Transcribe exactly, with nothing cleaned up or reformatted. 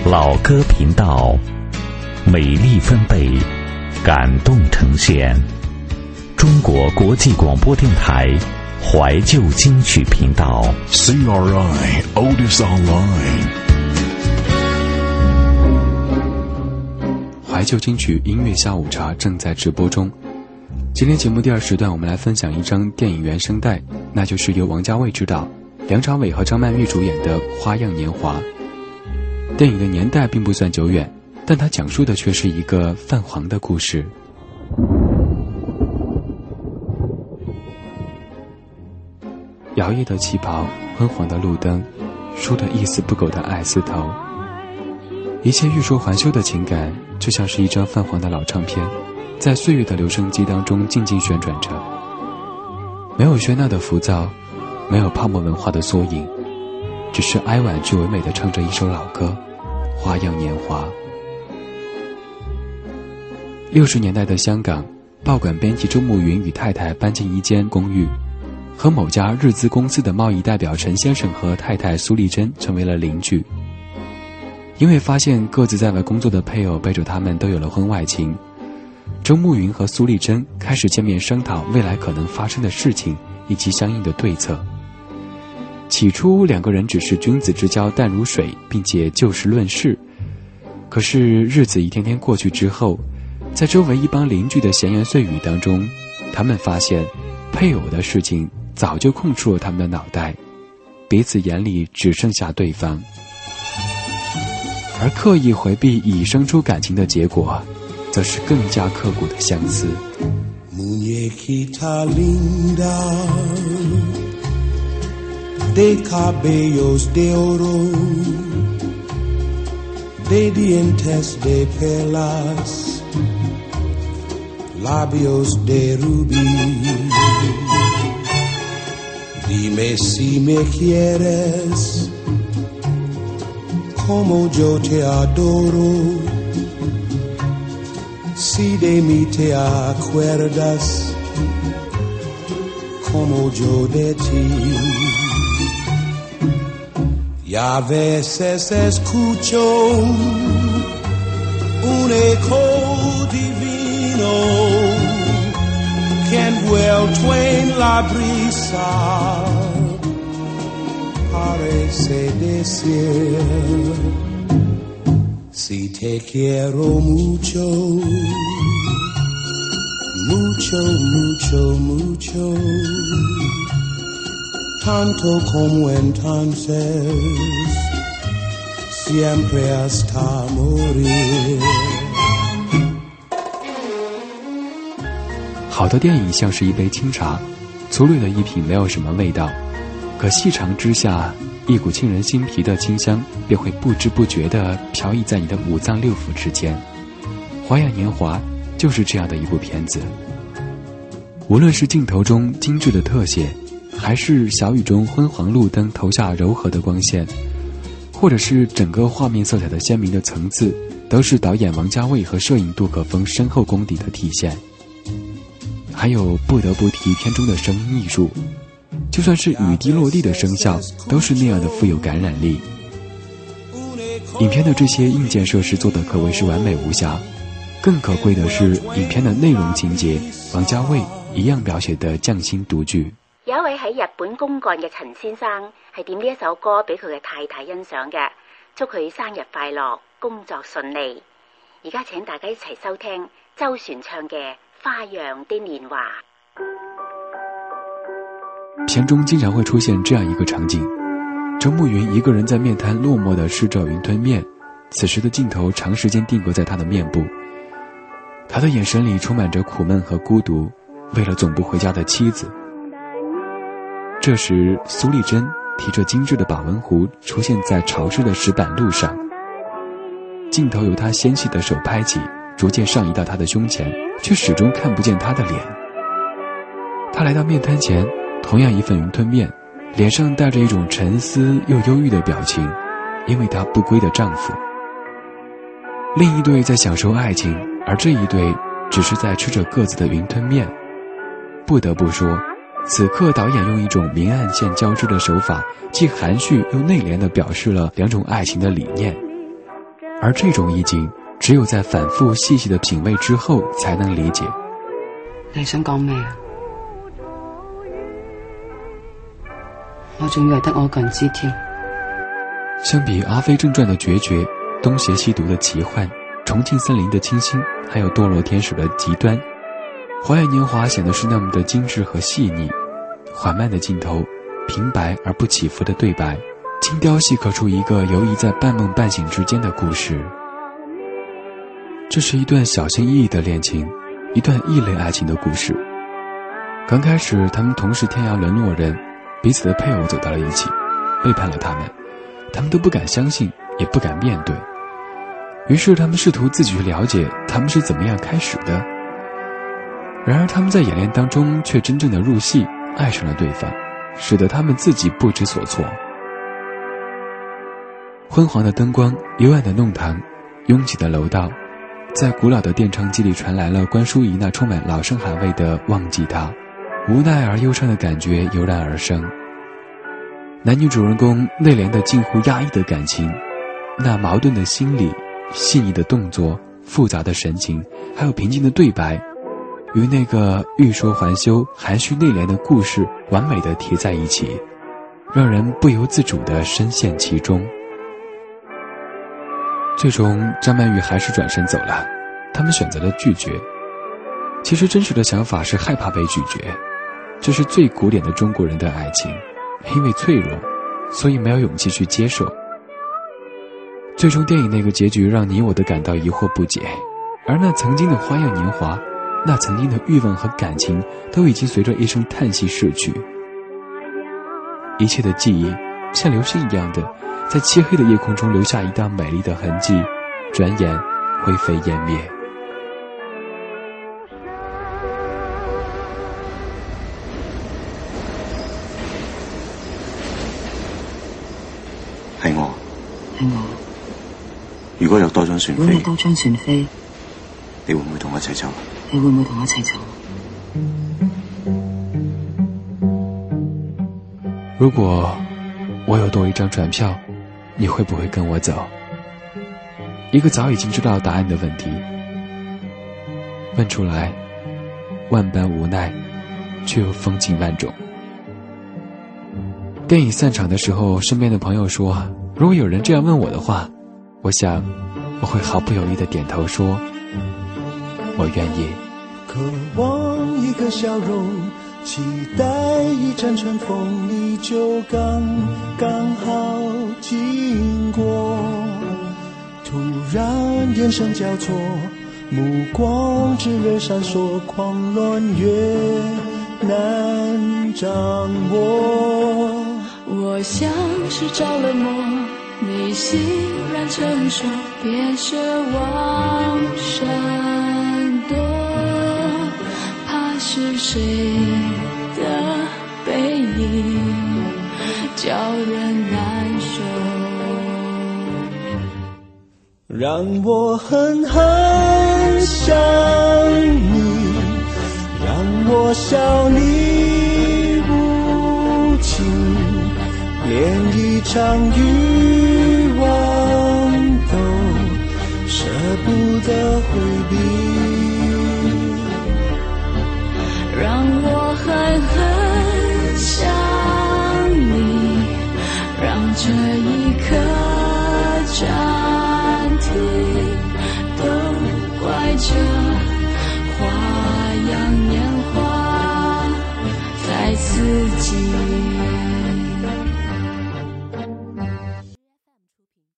老歌频道，美丽分贝，感动呈现。中国国际广播电台怀旧金曲频道 C R I Otis Online。 怀旧金曲音乐下午茶正在直播中。今天节目第二时段，我们来分享一张电影原声带，那就是由王家卫执导，梁朝伟和张曼玉主演的《花样年华》。电影的年代并不算久远，但它讲述的却是一个泛黄的故事。摇曳的旗袍，昏黄的路灯，梳得一丝不苟的爱丝头，一切欲说还休的情感，就像是一张泛黄的老唱片，在岁月的留声机当中静静旋转着。没有喧闹的浮躁，没有泡沫文化的缩影，只是哀婉却唯美地唱着一首老歌《花样年华》。六十年代的香港，报馆编辑周慕云与太太搬进一间公寓，和某家日资公司的贸易代表陈先生和太太苏丽珍成为了邻居。因为发现各自在外工作的配偶背着他们都有了婚外情，周慕云和苏丽珍开始见面商讨未来可能发生的事情以及相应的对策。起初两个人只是君子之交淡如水，并且就事论事。可是日子一天天过去之后，在周围一帮邻居的闲言碎语当中，他们发现配偶的事情早就空出了他们的脑袋，彼此眼里只剩下对方。而刻意回避已生出感情的结果，则是更加刻骨的相思。 Muñequita linda, de cabellos de oro, de dientes de perlas, labios de rubí. Dime si me quieres como yo te adoro, si de mí te acuerdas como yo de ti. Y a veces escucho un eco divino que envuelto en la brisa parece decir, si te quiero mucho, mucho, mucho, mucho, tanto como entonces, siempre hasta morir。 好的电影像是一杯清茶，粗略的一品没有什么味道，可细尝之下，一股沁人心脾的清香便会不知不觉地飘逸在你的五脏六腑之间。《花样年华》就是这样的一部片子，无论是镜头中精致的特写，还是小雨中昏黄路灯投下柔和的光线，或者是整个画面色彩的鲜明的层次，都是导演王家卫和摄影杜可风深厚功底的体现。还有不得不提片中的声音艺术，就算是雨滴落地的声效，都是那样的富有感染力。影片的这些硬件设施做得可谓是完美无瑕，更可贵的是影片的内容情节，王家卫一样描写得匠心独具。 有一位喺日本公幹嘅陳先生係點呢一首歌俾佢嘅太太欣賞嘅，祝佢生日快樂，工作順利。而家請大家一齊收聽周璇唱嘅《花樣的年華》。 片中经常会出现这样一个场景，周慕云一个人在面摊落寞地吃着云吞面，此时的镜头长时间定格在他的面部，他的眼神里充满着苦闷和孤独，为了总不回家的妻子。这时苏丽珍提着精致的保温壶出现在潮湿的石板路上，镜头由她纤细的手拍起，逐渐上移到她的胸前，却始终看不见她的脸。她来到面摊前，同样一份云吞面，脸上带着一种沉思又忧郁的表情，因为她不归的丈夫。另一对在享受爱情，而这一对只是在吃着各自的云吞面。不得不说，此刻导演用一种明暗线交织的手法，既含蓄又内敛地表示了两种爱情的理念。 而这种意境只有在反复细细的品味之後才能理解。 你想講咩啊？我仲以為得我一個人知添。 相比《阿飛正傳》的決絕，東邪西毒的奇幻，重慶森林的清新，還有墮落天使的極端，《花樣年華》顯得是那麼的精緻和細膩，緩慢的鏡頭，平白而不起伏的對白，精雕細刻出一個游移在半夢半醒之間的故事。這是一段小心翼翼的戀情，一段異類愛情的故事。剛開始他們同是天涯淪落人，彼此的配偶走到了一起，背叛了他們，他們都不敢相信，也不敢面對。於是他們試圖自己去了解他們是怎麼樣開始的。然而他們在演練當中卻真正的入戲，愛上了對方，使得他們自己不知所措。昏黃的燈光，幽暗的弄堂，擁擠的樓道，在古老的電唱機裏傳來了關淑怡那充滿老生海味的忘記他，無奈而憂傷的感覺油然而生。男女主人公內斂的近乎壓抑的感情，那矛盾的心理，細膩的動作，複雜的神情，還有平靜的對白，與那個欲說還休、含蓄內斂的故事完美的貼在一起，讓人不由自主地深陷其中。最終張曼玉還是轉身走了，他們選擇了拒絕。其實真實的想法是害怕被拒絕，這是最古典的中國人的愛情，因為脆弱，所以沒有勇氣去接受。最終電影那個結局讓你我都感到疑惑不解，而那曾經的花樣年華，那曾經的慾望和感情都已經隨着一聲嘆息逝去。一切的記憶像流星一樣的在漆黑的夜空中留下一道美麗的痕跡，轉眼灰飛煙滅。 係我， 係我。 如果有多張船飛， 如果有多張船飛， 你會唔會同我一齊走？ 你會唔會同我一齊走？ 如果我有多一張船票，你會不會跟我走？一個早已經知道答案的問題，問出來萬般無奈，卻又風情萬種。電影散場的時候，身邊的朋友說，如果有人這樣問我的話，我想我會毫不猶豫地點頭說我願意。 渴望一個笑容，期待一陣春風，你就剛剛好經過，突然眼神交錯，目光炙熱閃爍，狂亂越難掌握。 我像是着了魔，你欣然承受，別奢望閃躲，怕是誰的背影叫人難受， 讓我狠狠想你，讓我笑你無情，連一場欲望都捨不得回避， 讓我狠狠想你，讓這一刻暫停，都怪這花樣年華再刺激。